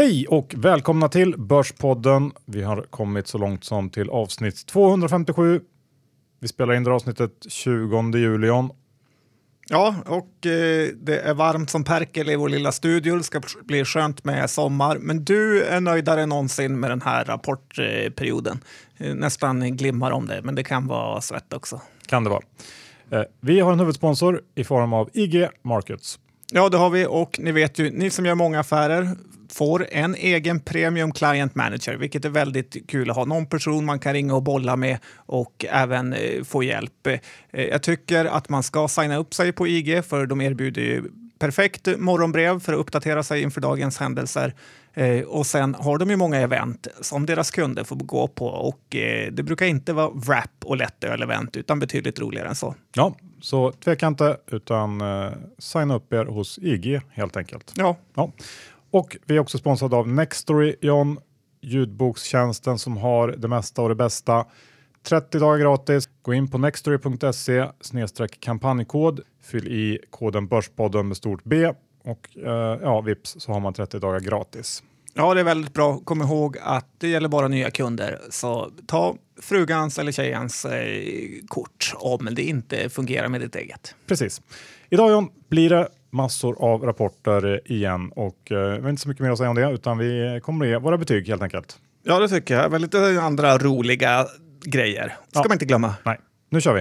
Hej och välkomna till Börspodden. Vi har kommit så långt som till avsnitt 257. Vi spelar in det avsnittet 20 juli. Ja, och det är varmt som perkel i vår lilla studio. Det ska bli skönt med sommar. Men du är nöjdare än någonsin med den här rapportperioden. Nästan glimmar om det, men det kan vara svett också. Kan det vara. Vi har en huvudsponsor i form av IG Markets. Ja, det har vi, och ni vet ju, ni som gör många affärer får en egen Premium Client Manager, vilket är väldigt kul att ha. Någon person man kan ringa och bolla med och även få hjälp. Jag tycker att man ska signa upp sig på IG, för de erbjuder ju perfekt morgonbrev för att uppdatera sig inför dagens händelser. Och sen har de ju många event som deras kunder får gå på, och det brukar inte vara wrap och lättöl-event utan betydligt roligare än så. Ja, så tveka inte utan signa upp er hos IG helt enkelt. Ja. Och vi är också sponsrade av Nextory, John, ljudbokstjänsten som har det mesta och det bästa. 30 dagar gratis. Gå in på nextory.se/kampanjkod. Fyll i koden Börspodden med stort B. Och vips så har man 30 dagar gratis. Ja, det är väldigt bra. Kom ihåg att det gäller bara nya kunder. Så ta frugans eller tjejans kort om det inte fungerar med ditt eget. Precis. Idag John, blir det massor av rapporter igen. Och vi har inte så mycket mer att säga om det, utan vi kommer att ge våra betyg helt enkelt. Ja, det tycker jag. Väldigt andra roliga grejer. Ska man inte glömma. Nej, nu kör vi.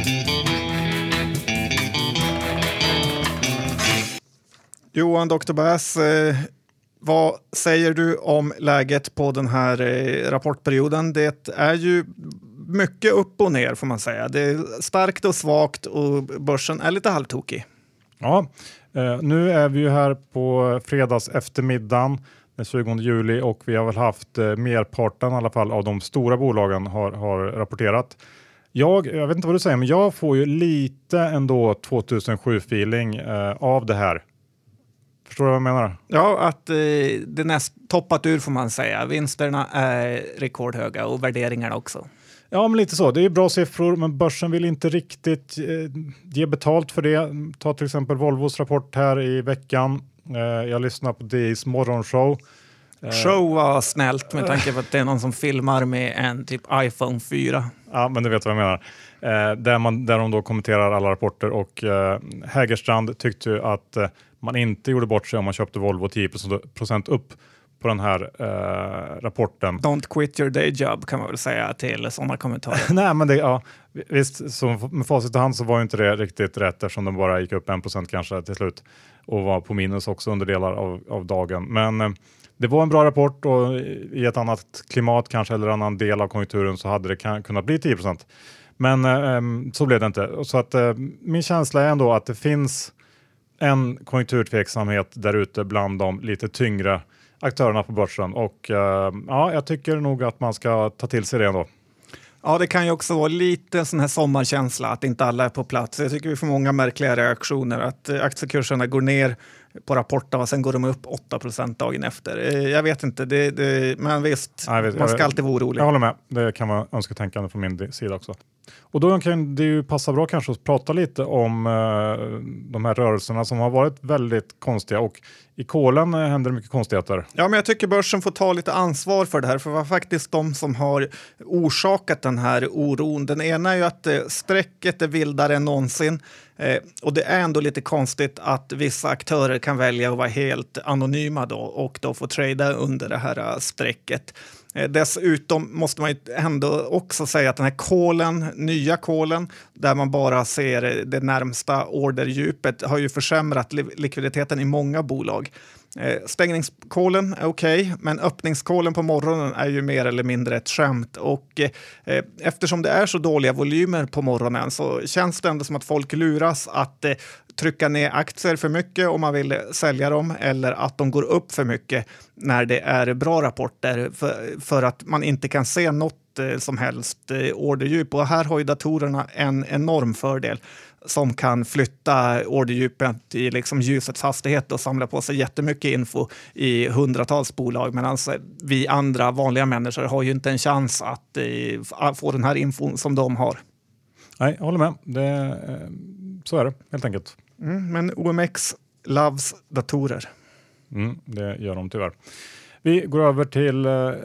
Johan Dr. Bass, vad säger du om läget på den här rapportperioden? Det är ju mycket upp och ner får man säga. Det är starkt och svagt och börsen är lite halvtokig. Ja, nu är vi ju här på fredags eftermiddagen den 20 juli och vi har väl haft merparten i alla fall av de stora bolagen har rapporterat. Jag vet inte vad du säger, men jag får ju lite ändå 2007-feeling av det här. Förstår du vad jag menar? Ja, att det näst toppat ur får man säga. Vinsterna är rekordhöga och värderingarna också. Ja, men lite så. Det är bra siffror, men börsen vill inte riktigt ge betalt för det. Ta till exempel Volvos rapport här i veckan. Jag lyssnar på DIs morgonshow. Show var snällt med tanke på att det är någon som filmar med en typ iPhone 4. Ja, men du vet vad jag menar. Där de då kommenterar alla rapporter och Hägerstrand tyckte ju att man inte gjorde bort sig om man köpte Volvo 10% upp på den här rapporten. Don't quit your day job kan man väl säga till sådana kommentarer. Nej, men visst, så med facit i hand så var ju inte det riktigt rätt eftersom den bara gick upp 1% kanske till slut och var på minus också under delar av dagen. Men det var en bra rapport och i ett annat klimat kanske eller annan del av konjunkturen så hade det kunnat bli 10%. Men så blev det inte. Så att min känsla är ändå att det finns en konjunkturtveksamhet där ute bland de lite tyngre aktörerna på börsen. Och jag tycker nog att man ska ta till sig det ändå. Ja, det kan ju också vara lite sån här sommarkänsla att inte alla är på plats. Jag tycker vi får många märkliga reaktioner. Att aktiekurserna går ner på rapporter och sen går de upp 8% dagen efter. Jag vet inte, men visst, man ska alltid vara orolig. Jag håller med, det kan vara önsketänkande från min sida också. Och då kan det ju passa bra kanske att prata lite om de här rörelserna som har varit väldigt konstiga och i kolen händer det mycket konstigheter. Ja, men jag tycker börsen får ta lite ansvar för det här, för det var faktiskt de som har orsakat den här oron. Den ena är ju att strecket är vildare än någonsin och det är ändå lite konstigt att vissa aktörer kan välja att vara helt anonyma då och då få trada under det här strecket. Dessutom måste man ju ändå också säga att den här nya kolen, där man bara ser det närmsta orderdjupet, har ju försämrat likviditeten i många bolag. Stängningskolen är okej, men öppningskolen på morgonen är ju mer eller mindre ett skämt. Och eftersom det är så dåliga volymer på morgonen så känns det ändå som att folk luras att trycka ner aktier för mycket om man vill sälja dem, eller att de går upp för mycket när det är bra rapporter för att man inte kan se något som helst orderdjup. Och här har ju datorerna en enorm fördel som kan flytta orderdjupet i liksom ljusets hastighet och samla på sig jättemycket info i hundratals bolag. Men alltså, vi andra vanliga människor har ju inte en chans att få den här infon som de har. Nej, jag håller med. Så är det helt enkelt. Men OMX loves datorer. Det gör de tyvärr. Vi går över till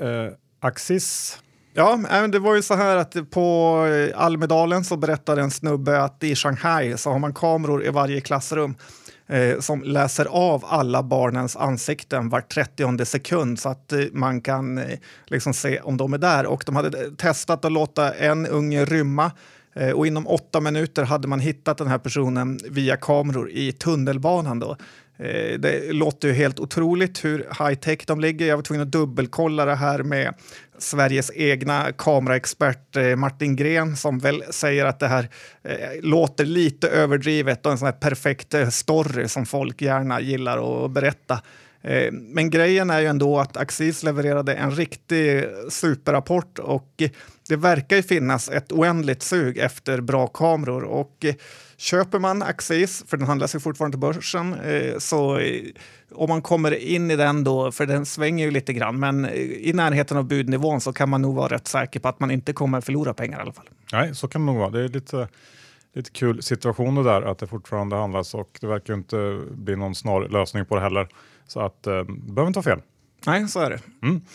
Axis. Ja, det var ju så här att på Almedalen så berättade en snubbe att i Shanghai så har man kameror i varje klassrum som läser av alla barnens ansikten var 30:e sekund så att man kan liksom se om de är där. Och de hade testat att låta en unge rymma och inom 8 minuter hade man hittat den här personen via kameror i tunnelbanan då. Det låter ju helt otroligt hur high-tech de ligger. Jag var tvungen att dubbelkolla det här med Sveriges egna kameraexpert Martin Gren som väl säger att det här låter lite överdrivet och en sån här perfekt story som folk gärna gillar att berätta. Men grejen är ju ändå att Axis levererade en riktig superrapport och det verkar ju finnas ett oändligt sug efter bra kameror och köper man Axis, för den handlas ju fortfarande på börsen, så om man kommer in i den då, för den svänger ju lite grann, men i närheten av budnivån så kan man nog vara rätt säker på att man inte kommer förlora pengar i alla fall. Nej, så kan det nog vara. Det är lite kul situation det där att det fortfarande handlas och det verkar inte bli någon snar lösning på det heller. Så att behöver inte ha fel. Nej, så är det.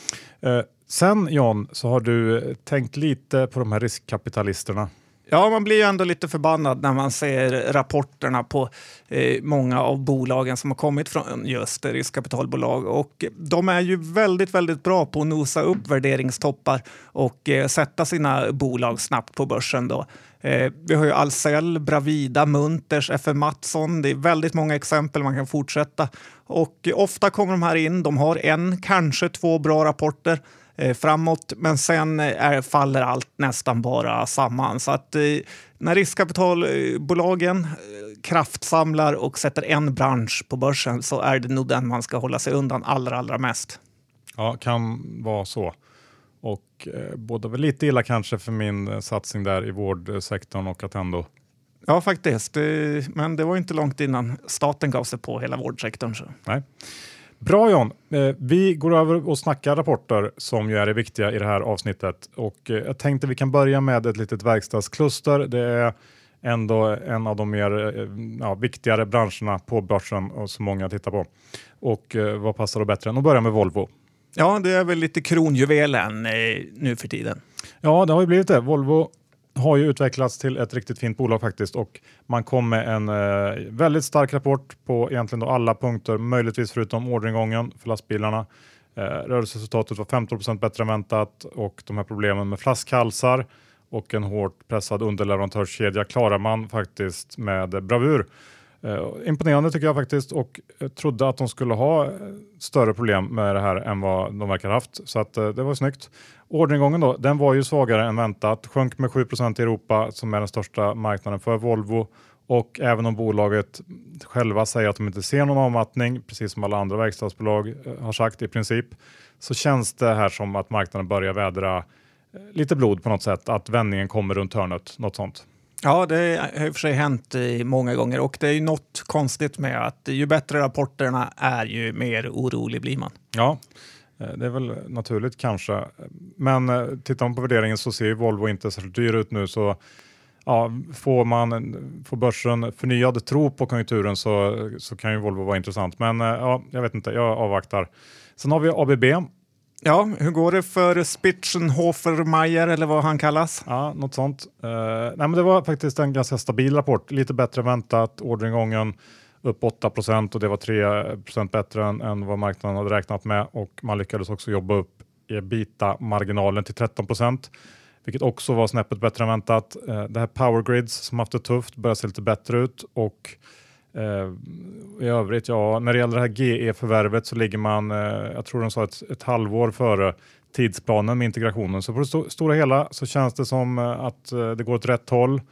Sen Jan, så har du tänkt lite på de här riskkapitalisterna. Ja, man blir ju ändå lite förbannad när man ser rapporterna på många av bolagen som har kommit från just riskkapitalbolag. Och de är ju väldigt, väldigt bra på att nosa upp värderingstoppar och sätta sina bolag snabbt på börsen då. Vi har ju Ahlsell, Bravida, Munters, FM Mattsson. Det är väldigt många exempel, man kan fortsätta. Och ofta kommer de här in, de har kanske 2 bra rapporter framåt, men sen faller allt nästan bara samman. Så att när riskkapitalbolagen kraftsamlar och sätter en bransch på börsen så är det nog den man ska hålla sig undan allra mest. Ja, kan vara så. Och båda väl lite illa kanske för min satsning där i vårdsektorn och Attendo. Ja, faktiskt. Men det var inte långt innan staten gav sig på hela vårdsektorn. Så. Nej. Bra Jan, vi går över och snackar rapporter som ju är det viktiga i det här avsnittet. Och jag tänkte vi kan börja med ett litet verkstadskluster. Det är ändå en av de mer viktigare branscherna på börsen och som många tittar på. Och vad passar då bättre än att börja med Volvo? Ja, det är väl lite kronjuvelen nu för tiden. Ja, det har ju blivit det. Volvo har ju utvecklats till ett riktigt fint bolag faktiskt och man kom med en väldigt stark rapport på egentligen då alla punkter, möjligtvis förutom orderingången för lastbilarna. Rörelseresultatet var 15% bättre än väntat och de här problemen med flaskhalsar och en hårt pressad underleverantörskedja klarar man faktiskt med bravur. Imponerande tycker jag faktiskt och jag trodde att de skulle ha större problem med det här än vad de verkar haft. Så att det var snyggt. Orderingången då, den var ju svagare än väntat. Sjönk med 7% i Europa som är den största marknaden för Volvo. Och även om bolaget själva säger att de inte ser någon avmattning, precis som alla andra verkstadsbolag har sagt i princip, så känns det här som att marknaden börjar vädra lite blod på något sätt. Att vändningen kommer runt hörnet, något sånt. Ja, det har i och för sig hänt många gånger och det är ju något konstigt med att ju bättre rapporterna är ju mer orolig blir man. Ja, det är väl naturligt kanske. Men tittar man på värderingen så ser ju Volvo inte så dyr ut nu så ja, får börsen förnyad tro på konjunkturen så kan ju Volvo vara intressant. Men ja, jag vet inte, jag avvaktar. Sen har vi ABB. Ja, hur går det för Spitzenhofer-Meyer eller vad han kallas? Ja, något sånt. Nej, men det var faktiskt en ganska stabil rapport. Lite bättre väntat. Orderingången upp 8% och det var 3% bättre än vad marknaden hade räknat med. Och man lyckades också jobba upp EBITDA-marginalen till 13%. Vilket också var snäppet bättre än väntat. Det här Power Grids som haft det tufft börjar se lite bättre ut. Och i övrigt, ja, när det gäller det här GE-förvärvet så ligger man, jag tror de sa ett halvår före tidsplanen med integrationen. Så på det stora hela så känns det som att det går åt rätt håll.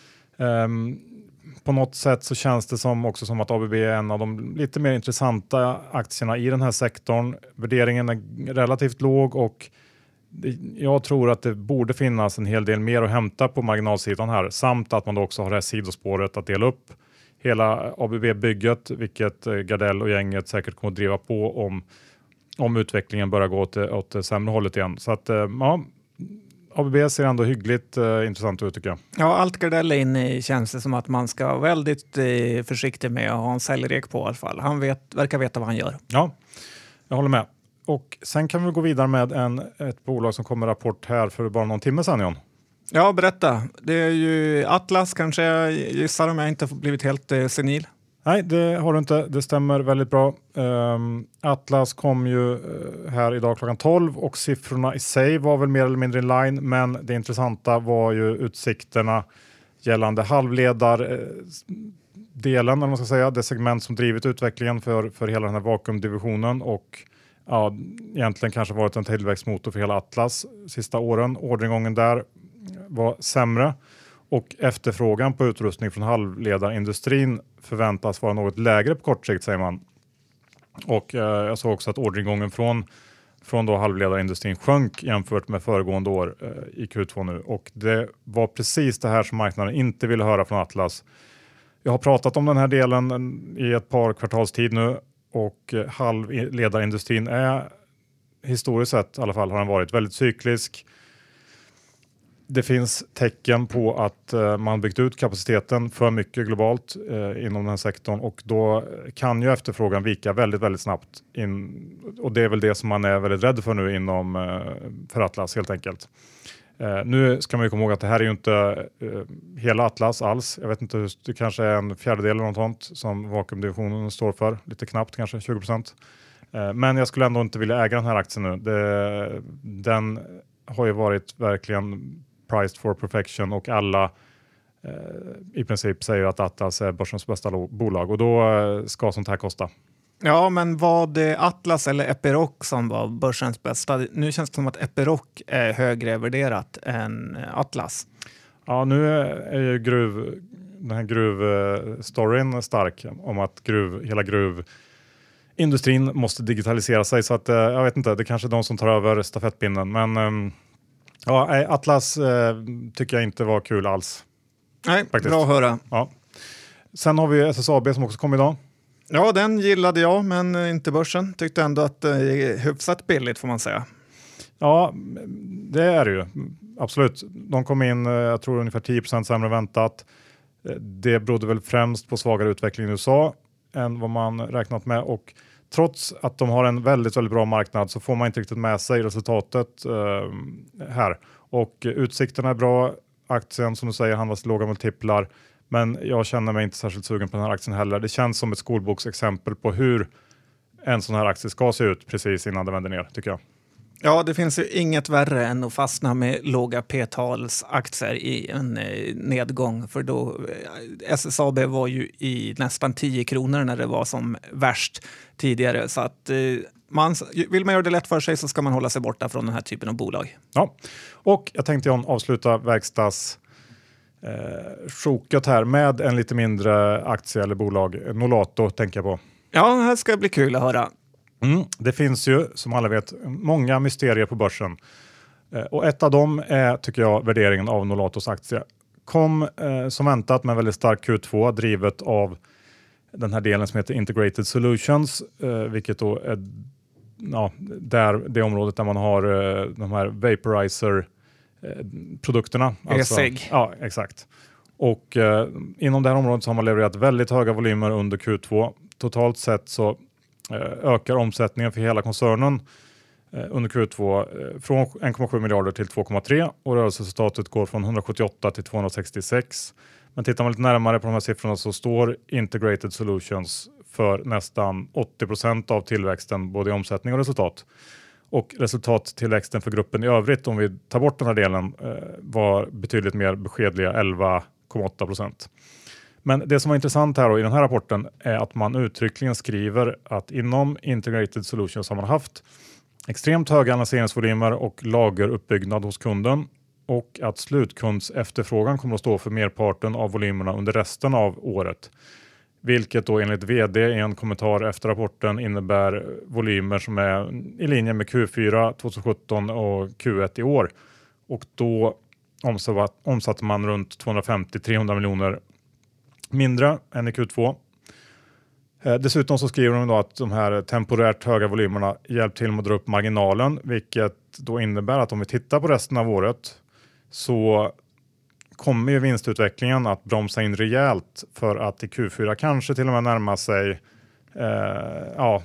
På något sätt så känns det också som att ABB är en av de lite mer intressanta aktierna i den här sektorn. Värderingen är relativt låg och jag tror att det borde finnas en hel del mer att hämta på marginalsidan här. Samt att man då också har det här sidospåret att dela upp hela ABB-bygget, vilket Gardell och gänget säkert kommer att driva på om utvecklingen börjar gå åt det sämre hållet igen. Så att ja, ABB ser ändå hyggligt intressant ut tycker jag. Ja, allt Gardell är inne i känns det som att man ska vara väldigt försiktig med att ha en säljrek på i alla fall. Han verkar veta vad han gör. Ja, jag håller med. Och sen kan vi gå vidare med ett bolag som kommer rapport här för bara någon timme sedan, John. Ja, berätta. Det är ju Atlas, kanske jag gissar, om jag inte har blivit helt senil. Nej, det har du inte. Det stämmer väldigt bra. Atlas kom ju här idag klockan 12 och siffrorna i sig var väl mer eller mindre in line, men det intressanta var ju utsikterna gällande halvledardelen, eller man ska säga, det segment som drivit utvecklingen för hela den här vakuumdivisionen och egentligen kanske varit en tillväxtmotor för hela Atlas sista åren. Orderingången där var sämre. Och efterfrågan på utrustning från halvledarindustrin förväntas vara något lägre på kort sikt, säger man. Och jag såg också att orderingången från då halvledarindustrin sjönk jämfört med föregående år i Q2 nu. Och det var precis det här som marknaden inte ville höra från Atlas. Jag har pratat om den här delen i ett par kvartalstid nu och halvledarindustrin är historiskt sett i alla fall har den varit väldigt cyklisk. Det finns tecken på att man byggt ut kapaciteten för mycket globalt inom den här sektorn och då kan ju efterfrågan vika väldigt, väldigt snabbt och det är väl det som man är väldigt rädd för nu för Atlas helt enkelt. Nu ska man ju komma ihåg att det här är ju inte hela Atlas alls. Jag vet inte, det kanske är en fjärdedel eller något sånt som vakuumdivisionen står för. Lite knappt kanske, 20%. Men jag skulle ändå inte vilja äga den här aktien nu. Den har ju varit verkligen priced for perfection och alla i princip säger att Atlas är börsens bästa bolag och då ska sånt här kosta. Ja, men var det Atlas eller Epiroc som var börsens bästa? Nu känns det som att Epiroc är högre värderat än Atlas. Ja, nu är ju den här gruvstoryn stark om att hela gruvindustrin måste digitalisera sig så att jag vet inte, det kanske är de som tar över stafettpinnen men Atlas tycker jag inte var kul alls. Nej, faktiskt. Bra att höra. Ja. Sen har vi SSAB som också kom idag. Ja, den gillade jag, men inte börsen. Tyckte ändå att det är hyfsat billigt får man säga. Ja, det är det ju. Absolut. De kom in, jag tror ungefär 10% sämre väntat. Det berodde väl främst på svagare utveckling i USA än vad man räknat med och trots att de har en väldigt, väldigt bra marknad så får man inte riktigt med sig resultatet här. Och utsikterna är bra. Aktien som du säger handlas till låga multiplar. Men jag känner mig inte särskilt sugen på den här aktien heller. Det känns som ett skolboksexempel på hur en sån här aktie ska se ut precis innan det vänder ner, tycker jag. Ja, det finns ju inget värre än att fastna med låga p-talsaktier i en nedgång. För då, SSAB var ju i nästan 10 kronor när det var som värst tidigare. Så att vill man göra det lätt för sig så ska man hålla sig borta från den här typen av bolag. Ja, och jag tänkte avsluta verkstadssjoket här med en lite mindre aktie eller bolag. Nolato tänker jag på. Ja, det här ska bli kul att höra. Det finns ju, som alla vet, många mysterier på börsen. Och ett av dem är, tycker jag, värderingen av Nolatos aktie. Kom som väntat med väldigt stark Q2 drivet av den här delen som heter Integrated Solutions, vilket då är det området där man har de här vaporizer-produkterna. E-cig. Ja, exakt. Och inom det här området så har man levererat väldigt höga volymer under Q2. Totalt sett så ökar omsättningen för hela koncernen under Q2 från 1,7 miljarder till 2,3 och rörelseresultatet går från 178 till 266. Men tittar man lite närmare på de här siffrorna så står Integrated Solutions för nästan 80% av tillväxten både i omsättning och resultat. Och resultattillväxten för gruppen i övrigt, om vi tar bort den här delen, var betydligt mer beskedliga 11,8%. Men det som var intressant här i den här rapporten är att man uttryckligen skriver att inom Integrated Solutions har man haft extremt höga analyseringsvolymer och lageruppbyggnad hos kunden och att slutkunds efterfrågan kommer att stå för merparten av volymerna under resten av året. Vilket då enligt vd i en kommentar efter rapporten innebär volymer som är i linje med Q4 2017 och Q1 i år. Och då omsatte man runt 250-300 miljoner mindre än i Q2. Dessutom så skriver de då att de här temporärt höga volymerna hjälpt till med att dra upp marginalen, vilket då innebär att om vi tittar på resten av året så kommer ju vinstutvecklingen att bromsa in rejält för att i Q4 kanske till och med närma sig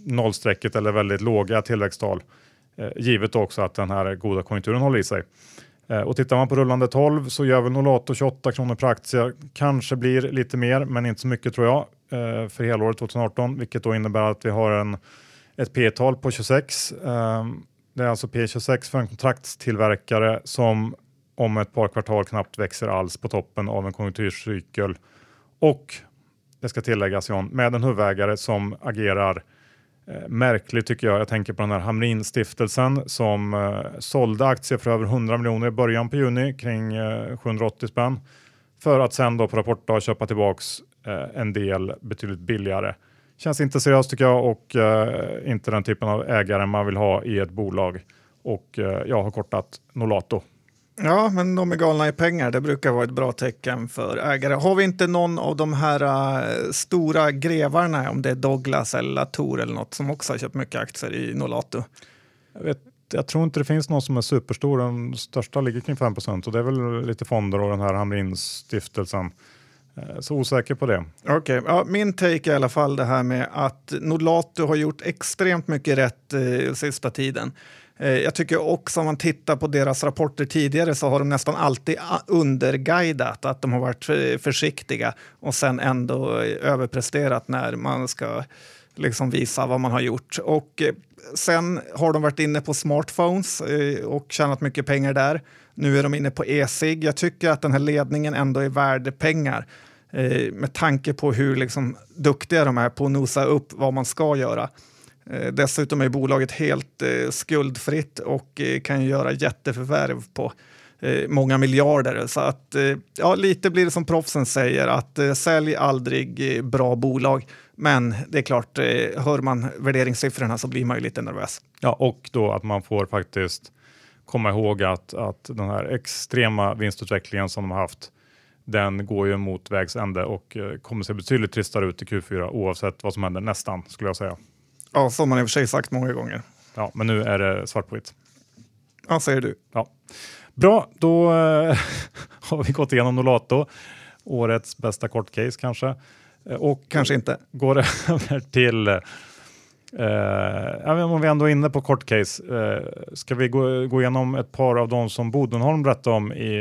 nollstrecket eller väldigt låga tillväxttal. Givet också att den här goda konjunkturen håller i sig. Och tittar man på rullande 12 så gör väl Nolato 28 kronor per aktie. Kanske blir lite mer, men inte så mycket tror jag för helåret 2018. Vilket då innebär att vi har ett P-tal på 26. Det är alltså P26 för en kontraktstillverkare som om ett par kvartal knappt växer alls på toppen av en konjunkturcykel. Och det ska tilläggas John, med en huvudägare som agerar märkligt tycker jag. Jag tänker på den här Hamrin-stiftelsen som sålde aktier för över 100 miljoner i början på juni kring 780 spänn. För att sen då på rapportdag köpa tillbaks en del betydligt billigare. Känns inte seriöst tycker jag och inte den typen av ägare man vill ha i ett bolag. Och jag har kortat Nolato. Ja, men de är galna i pengar. Det brukar vara ett bra tecken för ägare. Har vi inte någon av de här stora grevarna, om det är Douglas eller Latour eller något, som också har köpt mycket aktier i Nolato? Jag tror inte det finns någon som är superstor. Den största ligger kring 5% och det är väl lite fonder och den här Hamrin-stiftelsen. Så osäker på det. Okej, ja, min take är i alla fall det här med att Nolato har gjort extremt mycket rätt sista tiden. Jag tycker också om man tittar på deras rapporter tidigare så har de nästan alltid underguidat att de har varit försiktiga och sen ändå överpresterat när man ska liksom visa vad man har gjort. Och sen har de varit inne på smartphones och tjänat mycket pengar där. Nu är de inne på e-cig. Jag tycker att den här ledningen ändå är värd pengar med tanke på hur liksom duktiga de är på att nosa upp vad man ska göra. Dessutom är bolaget helt skuldfritt och kan göra jätteförvärv på många miljarder. Så att ja, lite blir det som proffsen säger att sälj aldrig bra bolag. Men det är klart, hör man värderingssiffrorna så blir man ju lite nervös. Ja, och då att man får faktiskt komma ihåg att den här extrema vinstutvecklingen som de har haft, den går ju mot vägs ände och kommer se betydligt tristare ut i Q4 oavsett vad som händer nästan, skulle jag säga. Ja, som man i och för sig sagt många gånger. Ja, men nu är det svart på vitt. Ja, säger du. Ja. Bra, då har vi gått igenom Nolato. Årets bästa kortcase kanske. Och kanske inte. Går över till... om vi ändå är inne på kortcase. Ska vi gå igenom ett par av dem som Bodenholm berättade om i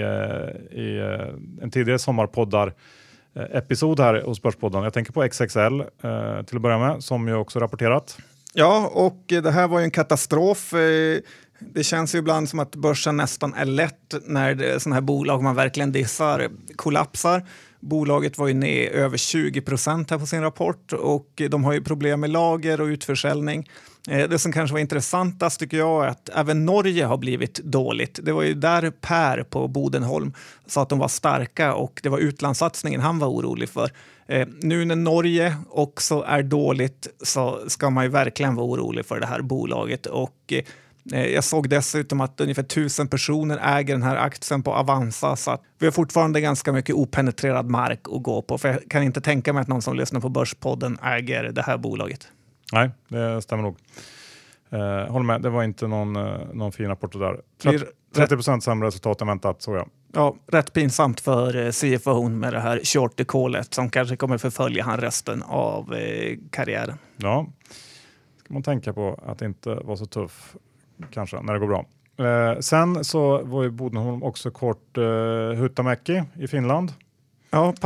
en tidigare sommarpoddar episod här hos Börspodden. Jag tänker på XXL till att börja med, som ju också rapporterat. Ja, och det här var ju en katastrof. Det känns ju ibland som att börsen nästan är lätt när sådana här bolag man verkligen dissar kollapsar. Bolaget var ju ner över 20% här på sin rapport och de har ju problem med lager och utförsäljning. Det som kanske var intressantast tycker jag är att även Norge har blivit dåligt. Det var ju där Per på Bodenholm sa att de var starka och det var utlandssatsningen han var orolig för. Nu när Norge också är dåligt så ska man ju verkligen vara orolig för det här bolaget och jag såg dessutom att ungefär 1000 personer äger den här aktien på Avanza så att vi har fortfarande ganska mycket openetrerad mark att gå på. För jag kan inte tänka mig att någon som lyssnar på Börspodden äger det här bolaget. Nej, det stämmer nog. Håll med, det var inte någon fin rapport där. 30% sämre resultat än väntat, så jag. Ja, rätt pinsamt för CFO med det här short-callet som kanske kommer förfölja han resten av karriären. Ja, ska man tänka på att inte vara så tuff kanske när det går bra. Sen så var ju Bodenholm också kort Huhtamäki i Finland. Ja,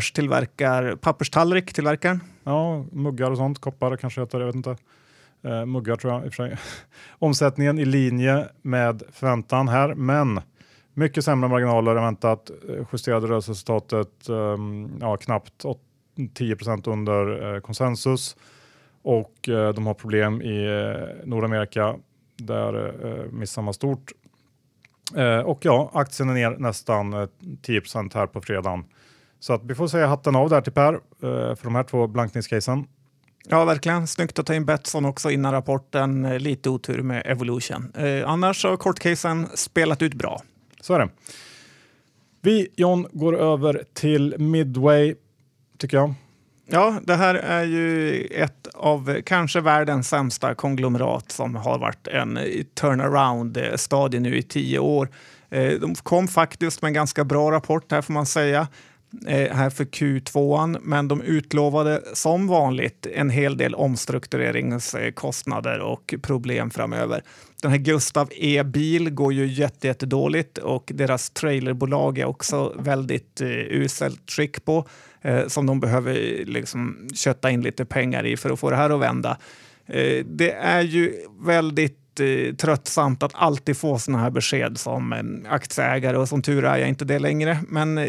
papperstallrik-tillverkaren. Ja, muggar och sånt, koppar kanske heter det, jag vet inte. Muggar tror jag i och för sig. Omsättningen i linje med förväntan här, men mycket sämre marginaler än väntat. Justerade rörelseresultatet knappt 10% under konsensus. Och de har problem i Nordamerika där missar man stort. Och ja, aktien är ner nästan 10% här på fredagen. Så att vi får säga hatten av där till Per för de här två blankningscasen. Ja, verkligen. Snyggt att ta in Betsson också innan rapporten. Lite otur med Evolution. Annars har kortcasen spelat ut bra. Så är det. Vi, John, går över till Midway, tycker jag. Ja, det här är ju ett av kanske världens sämsta konglomerat som har varit en turnaround-stadie nu i 10 år. De kom faktiskt med en ganska bra rapport här får man säga. här för Q2, men de utlovade som vanligt en hel del omstruktureringskostnader och problem framöver. Den här Gustav E-bil går ju jättedåligt och deras trailerbolag är också väldigt uselt skick på som de behöver liksom kötta in lite pengar i för att få det här att vända. Det är ju väldigt tröttsamt att alltid få såna här besked som aktieägare, och som tur är jag inte det längre. Men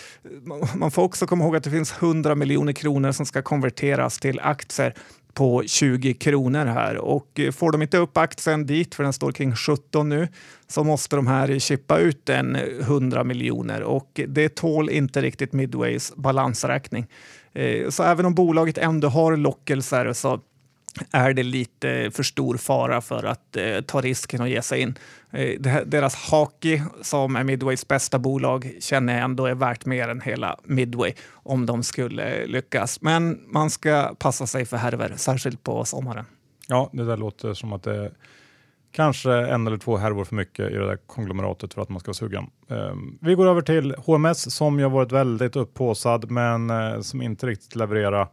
man får också komma ihåg att det finns 100 miljoner kronor som ska konverteras till aktier på 20 kronor här, och får de inte upp aktien dit, för den står kring 17 nu, så måste de här chippa ut en 100 miljoner, och det tål inte riktigt Midways balansräkning. Så även om bolaget ändå har lockelser så är det lite för stor fara för att ta risken och ge sig in. Deras Haki, som är Midways bästa bolag, känner jag ändå är värt mer än hela Midway om de skulle lyckas. Men man ska passa sig för härver, särskilt på sommaren. Ja, det där låter som att det är kanske en eller två härvor för mycket i det där konglomeratet för att man ska vara sugen. Vi går över till HMS som jag varit väldigt upphåsad, men som inte riktigt levererar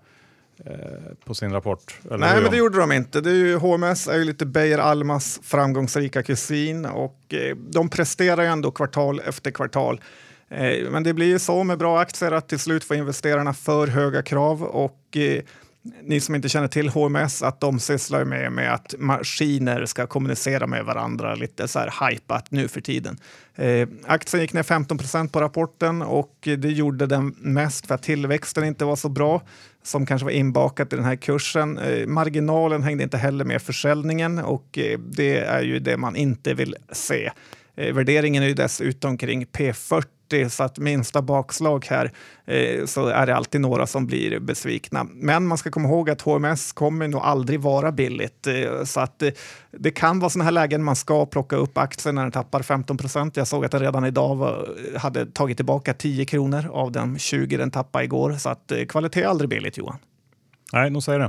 på sin rapport. Eller nej, men det gjorde de inte. Det är ju, HMS är ju lite Beijer Almas framgångsrika kusin, och de presterar ju ändå kvartal efter kvartal. Men det blir ju så med bra aktier att till slut får investerarna för höga krav, och ni som inte känner till HMS, att de sysslar med att maskiner ska kommunicera med varandra, lite så här hypat nu för tiden. Aktien gick ner 15% på rapporten, och det gjorde den mest för att tillväxten inte var så bra som kanske var inbakat i den här kursen. Marginalen hängde inte heller med försäljningen, och det är ju det man inte vill se. Värderingen är ju dessutom kring P40, så att minsta bakslag här så är det alltid några som blir besvikna. Men man ska komma ihåg att HMS kommer nog aldrig vara billigt, så att det kan vara såna här lägen man ska plocka upp aktien när den tappar 15%. Jag såg att den redan idag hade tagit tillbaka 10 kronor av de 20 den tappade igår, så att kvalitet är aldrig billigt, Johan. Nej, nog säger det.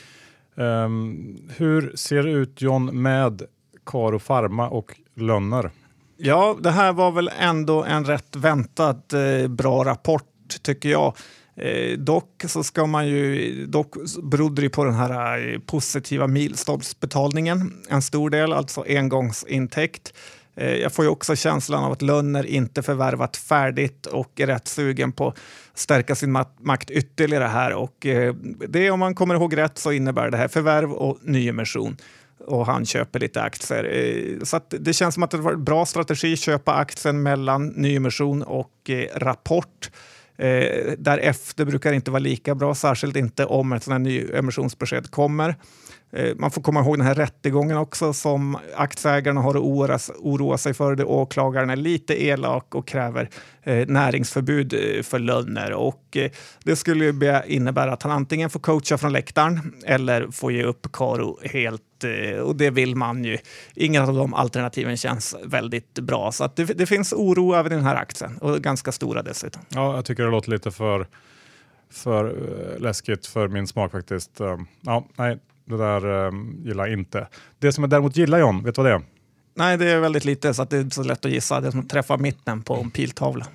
Hur ser det ut, John, med Karo Pharma och Lönner? Ja, det här var väl ändå en rätt väntad bra rapport, tycker jag. Dock så ska man ju, berodde det på den här positiva milstolpsbetalningen. En stor del, alltså engångsintäkt. Jag får ju också känslan av att Lönner inte förvärvat färdigt och är rätt sugen på att stärka sin makt ytterligare här. Och det, om man kommer ihåg rätt, så innebär det här förvärv och nyemission. Och han köper lite aktier. Så att det känns som att det var en bra strategi att köpa aktien mellan nyemission och rapport. Därefter brukar det inte vara lika bra, särskilt inte om ett sådant här nyemissionsbesked kommer. Man får komma ihåg den här rättegången också som aktieägarna har att oroa sig för. Det. Åklagaren är lite elak och kräver näringsförbud för Lönner. Och det skulle ju innebära att han antingen får coacha från läktaren eller får ge upp Karo helt. Och det vill man ju. Ingen av de alternativen känns väldigt bra. Så att det finns oro över den här aktien, och ganska stora dessutom. Ja, jag tycker det låter lite för läskigt för min smak faktiskt. Ja, nej. Det där gillar jag inte. Det som jag däremot gillar, John, vet du vad det är? Nej, det är väldigt lite, så att det är så lätt att gissa. Det är som att träffa mitten på en piltavla.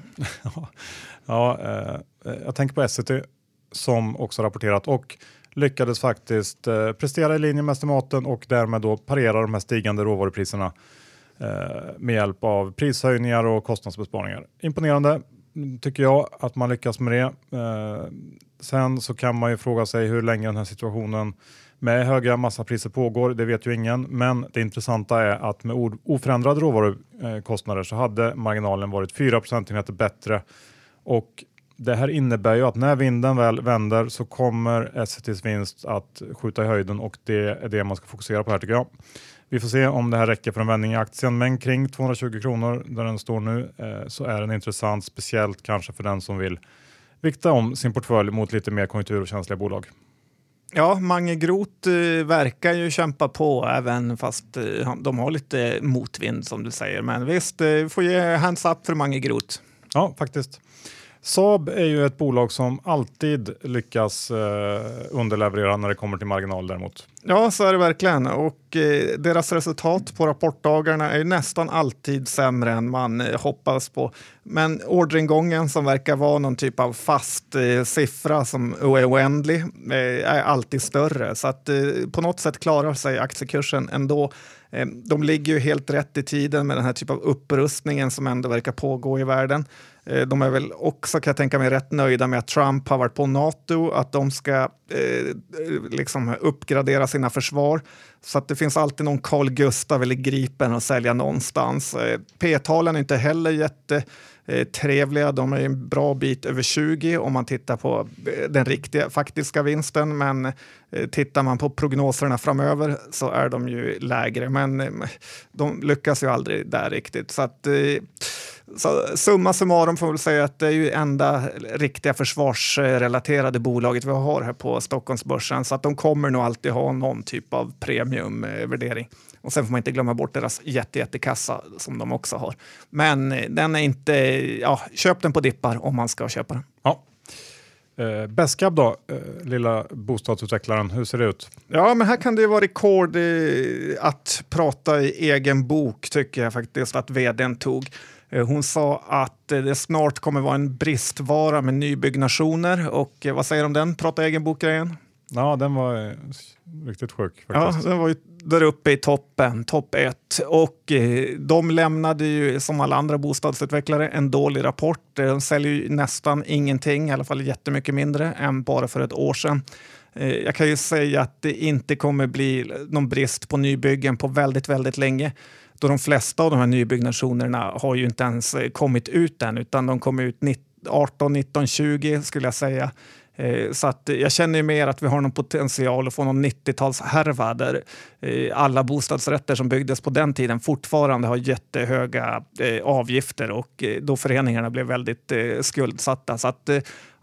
Jag tänker på SCT som också rapporterat och lyckades faktiskt prestera i linje med estimaten och därmed då parera de här stigande råvarupriserna med hjälp av prishöjningar och kostnadsbesparingar. Imponerande tycker jag att man lyckas med det. Sen så kan man ju fråga sig hur länge den här situationen med höga massapriser pågår, det vet ju ingen. Men det intressanta är att med oförändrade råvarukostnader så hade marginalen varit 4 procentenheter bättre. Och det här innebär ju att när vinden väl vänder så kommer SCTs vinst att skjuta i höjden, och det är det man ska fokusera på här, tycker jag. Vi får se om det här räcker för en vändning i aktien, men kring 220 kronor där den står nu så är den intressant, speciellt kanske för den som vill vikta om sin portfölj mot lite mer konjunkturkänsliga bolag. Ja, Mange Groth verkar ju kämpa på även fast de har lite motvind som du säger. Men visst, får ge hands up för Mange Groth. Ja, faktiskt. Saab är ju ett bolag som alltid lyckas underleverera när det kommer till marginal däremot. Ja, så är det verkligen. Och deras resultat på rapportdagarna är ju nästan alltid sämre än man hoppas på. Men orderingången som verkar vara någon typ av fast siffra som är oändlig är alltid större. Så att på något sätt klarar sig aktiekursen ändå. De ligger ju helt rätt i tiden med den här typen av upprustningen som ändå verkar pågå i världen. De är väl också, kan jag tänka mig, rätt nöjda med att Trump har varit på NATO, att de ska liksom uppgradera sina försvar. Så att det finns alltid någon Carl Gustaf eller Gripen att sälja någonstans. P-talen är inte heller jättetrevliga. De är en bra bit över 20 om man tittar på den riktiga faktiska vinsten. Men tittar man på prognoserna framöver så är de ju lägre. Men de lyckas ju aldrig där riktigt. Så att så summa summarum får vi säga att det är ju enda riktiga försvarsrelaterade bolaget vi har här på Stockholmsbörsen. Så att de kommer nog alltid ha någon typ av premiumvärdering. Och sen får man inte glömma bort deras jättekassa som de också har. Men den är inte, köp den på dippar om man ska köpa den. Ja. Beskab då, lilla bostadsutvecklaren, hur ser det ut? Ja, men här kan det ju vara rekord att prata i egen bok, tycker jag faktiskt att vdn tog. Hon sa att det snart kommer vara en bristvara med nybyggnationer. Och vad säger du om den? Prata egen bok-grejen. Ja, den var riktigt sjuk faktiskt. Ja, den var ju där uppe i toppen, topp 1. Och de lämnade ju som alla andra bostadsutvecklare en dålig rapport. De säljer ju nästan ingenting, i alla fall jättemycket mindre än bara för ett år sedan. Jag kan ju säga att det inte kommer bli någon brist på nybyggen på väldigt, väldigt länge. Då de flesta av de här nybyggnationerna har ju inte ens kommit ut än, utan de kommer ut 18, 19, 20 skulle jag säga. Så att jag känner ju mer att vi har någon potential att få någon 90-talshärva där alla bostadsrätter som byggdes på den tiden fortfarande har jättehöga avgifter och då föreningarna blev väldigt skuldsatta. Så att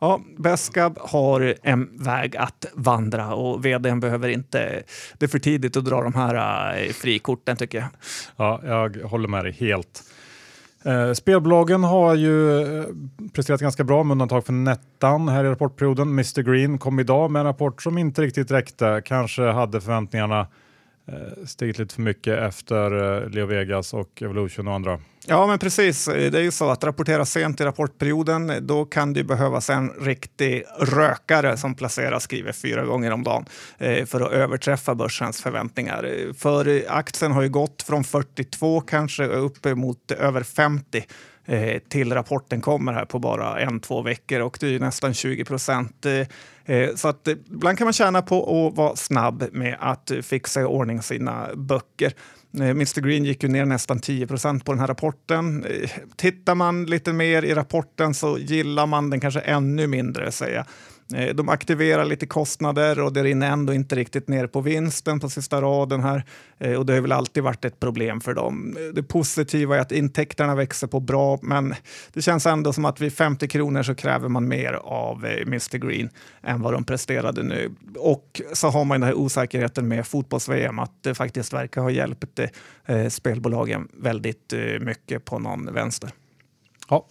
Beskab har en väg att vandra och vdn behöver inte, det är för tidigt att dra de här frikorten tycker jag. Ja, jag håller med dig helt. Spelbolagen har ju presterat ganska bra med undantag för Nettan här i rapportperioden. Mr Green kom idag med en rapport som inte riktigt räckte. Kanske hade förväntningarna stigit lite för mycket efter Leo Vegas och Evolution och andra. Ja, men precis. Det är ju så att rapportera sent i rapportperioden, då kan det behövas en riktig rökare som placerar skriver 4 gånger om dagen för att överträffa börsens förväntningar. För aktien har ju gått från 42 kanske upp mot över 50 till rapporten kommer här på bara 1-2 veckor och det är ju nästan 20%. Så att ibland kan man tjäna på att vara snabb med att fixa i ordning sina böcker. Mr Green gick ju ner nästan 10% på den här rapporten. Tittar man lite mer i rapporten så gillar man den kanske ännu mindre, säger jag. De aktiverar lite kostnader och det rinner ändå inte riktigt ner på vinsten på sista raden här. Och det har väl alltid varit ett problem för dem. Det positiva är att intäkterna växer på bra, men det känns ändå som att vid 50 kronor så kräver man mer av Mr Green än vad de presterade nu. Och så har man den här osäkerheten med fotbolls-VM att det faktiskt verkar ha hjälpt spelbolagen väldigt mycket på någon vänster. Ja.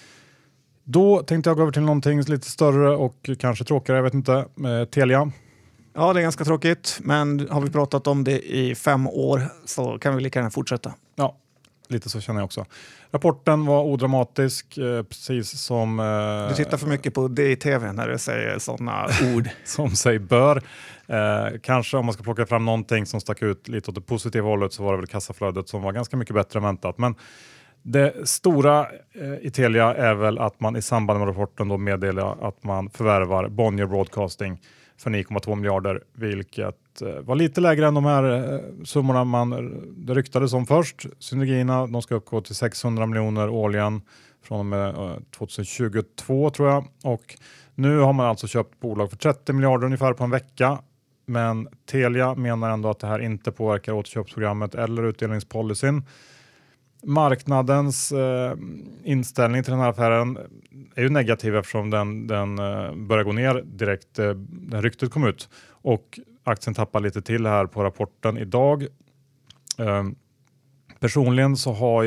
Då tänkte jag gå över till någonting lite större och kanske tråkigare, jag vet inte. Telia. Ja, det är ganska tråkigt, men har vi pratat om det i 5 år så kan vi lika gärna fortsätta. Ja, lite så känner jag också. Rapporten var odramatisk, precis som... Du tittar för mycket på det i tv när du säger sådana ord. Som sig bör. Kanske om man ska plocka fram någonting som stack ut lite åt det positiva hållet så var det väl kassaflödet som var ganska mycket bättre än väntat. Men det stora i Telia är väl att man i samband med rapporten då meddelar att man förvärvar Bonnier Broadcasting för 9,2 miljarder, vilket var lite lägre än de här summorna det ryktades om först. Synergierna, de ska uppgå till 600 miljoner årligen från och med 2022 tror jag. Och nu har man alltså köpt bolag för 30 miljarder ungefär på en vecka. Men Telia menar ändå att det här inte påverkar återköpsprogrammet eller utdelningspolicyn. Marknadens inställning till den här affären är ju negativ eftersom den börjar gå ner direkt. Den ryktet kom ut och aktien tappar lite till här på rapporten idag. Personligen så har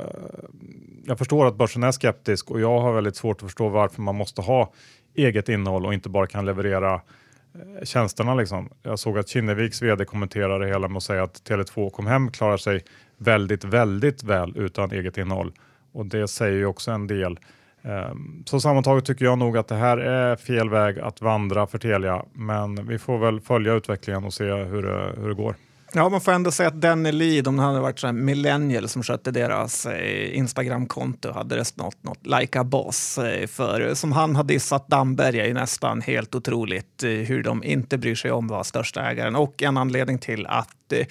jag förstår att börsen är skeptisk och jag har väldigt svårt att förstå varför man måste ha eget innehåll och inte bara kan leverera tjänsterna liksom. Jag såg att Kinneviks vd kommenterade det hela med att säga att Tele2 kom hem klarar sig väldigt, väldigt väl utan eget innehåll. Och det säger ju också en del. Så sammantaget tycker jag nog att det här är fel väg att vandra för Telia. Men vi får väl följa utvecklingen och se hur det går. Ja, man får ändå säga att Danny Lee, de hade varit så här millennial som skötte deras Instagram-konto, hade det något like a boss. För som han hade dissat Damberg är nästan helt otroligt hur de inte bryr sig om vad största ägaren. Och en anledning till att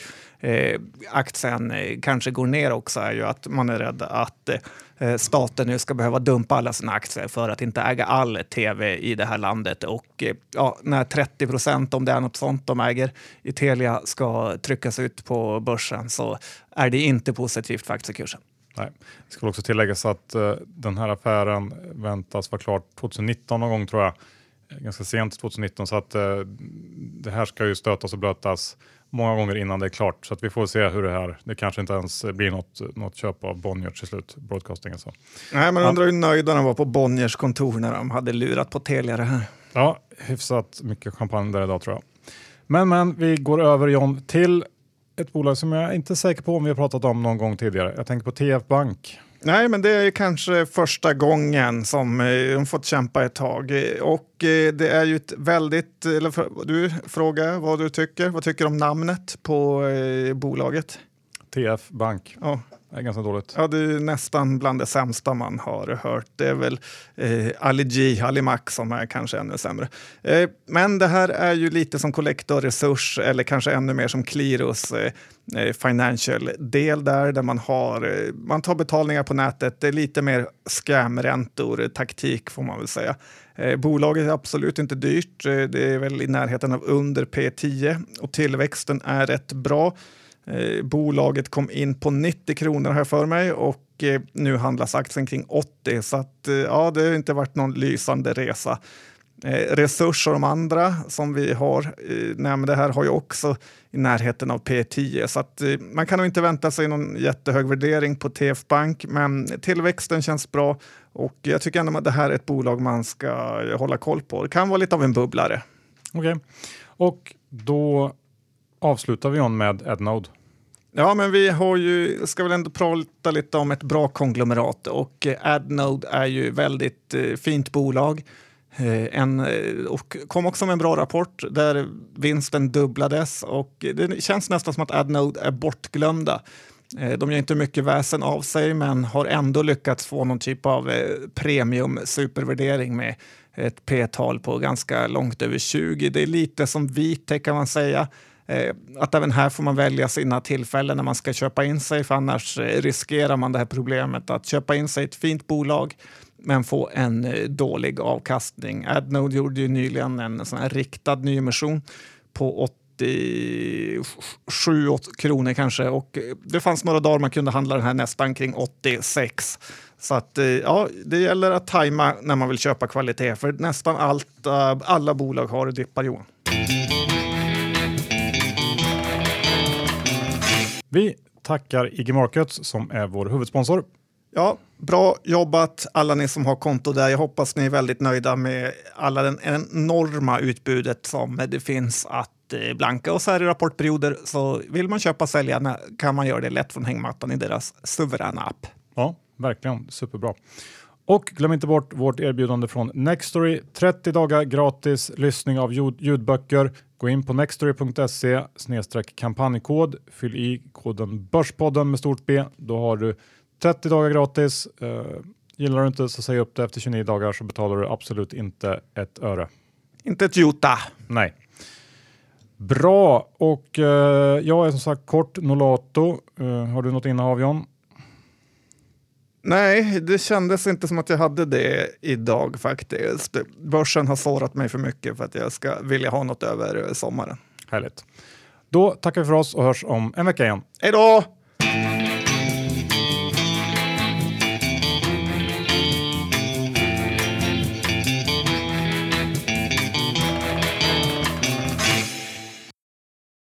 aktien kanske går ner också är ju att man är rädd att staten nu ska behöva dumpa alla sina aktier för att inte äga all tv i det här landet. Och när 30%, om det är något sånt de äger i Telia, ska tryckas ut på börsen så är det inte positivt för aktiekursen. Nej, det ska också tilläggas att den här affären väntas vara klart 2019 någon gång tror jag. Ganska sent 2019 så att det här ska ju stötas och blötas många gånger innan det är klart. Så att vi får se hur det kanske inte ens blir något köp av Bonnier till slut, broadcastingen så. Nej, man undrar hur nöjda de var på Bonniers kontor när de hade lurat på Telia det här. Ja, hyfsat mycket champagne där idag tror jag. Men vi går över John till ett bolag som jag inte är säker på om vi har pratat om någon gång tidigare. Jag tänker på TF Bank. Nej, men det är kanske första gången som de fått kämpa ett tag. Och det är ju ett väldigt... Du frågar vad du tycker. Vad tycker du om namnet på bolaget? TF Bank. Ja. Det är ganska dåligt. Ja, det är nästan bland det sämsta man har hört. Det är väl Alimax som är kanske ännu sämre. Men det här är ju lite som Collector Resurs eller kanske ännu mer som Qliros financial del där man tar betalningar på nätet. Det är lite mer scamräntor, taktik får man väl säga. Bolaget är absolut inte dyrt. Det är väl i närheten av under P10 och tillväxten är rätt bra. Bolaget kom in på 90 kronor här för mig och nu handlas aktien kring 80 så att det har inte varit någon lysande resa. Resurser de andra som vi har, det här har ju också i närheten av P10 så att man kan nog inte vänta sig någon jättehög värdering på TF Bank men tillväxten känns bra och jag tycker ändå att det här är ett bolag man ska hålla koll på. Det kan vara lite av en bubblare. Okej. Och då avslutar vi med Adnode. Ja, men vi ska väl ändå prata lite om ett bra konglomerat och Adnode är ju väldigt fint bolag. Och kom också med en bra rapport där vinsten dubblades och det känns nästan som att Adnode är bortglömda. De gör inte mycket väsen av sig men har ändå lyckats få någon typ av premium supervärdering med ett P-tal på ganska långt över 20. Det är lite som Vitec kan man säga. Att även här får man välja sina tillfällen när man ska köpa in sig för annars riskerar man det här problemet att köpa in sig ett fint bolag men få en dålig avkastning. Adnode gjorde ju nyligen en sån här riktad nyemission på 87 kronor kanske och det fanns några dagar man kunde handla den här nästan kring 86. Så att det gäller att tajma när man vill köpa kvalitet för nästan alla bolag har dippar Johan. Vi tackar IG Markets som är vår huvudsponsor. Ja, bra jobbat alla ni som har konto där. Jag hoppas ni är väldigt nöjda med alla den enorma utbudet som det finns att blanka. Och så här i rapportperioder så vill man köpa säljarna kan man göra det lätt från hängmattan i deras suveräna app. Ja, verkligen. Superbra. Och glöm inte bort vårt erbjudande från Nextory. 30 dagar gratis lyssning av ljudböcker. Gå in på nextory.se/kampanjkod. Fyll i koden Börspodden med stort B. Då har du 30 dagar gratis. Gillar du inte så säg upp det efter 29 dagar så betalar du absolut inte ett öre. Inte ett jota. Nej. Bra. Och jag är som sagt kort Nolato. Har du något innehav John? Nej, det kändes inte som att jag hade det idag faktiskt. Börsen har sårat mig för mycket för att jag ska vilja ha något över sommaren. Härligt. Då tackar vi för oss och hörs om en vecka igen. Hej då!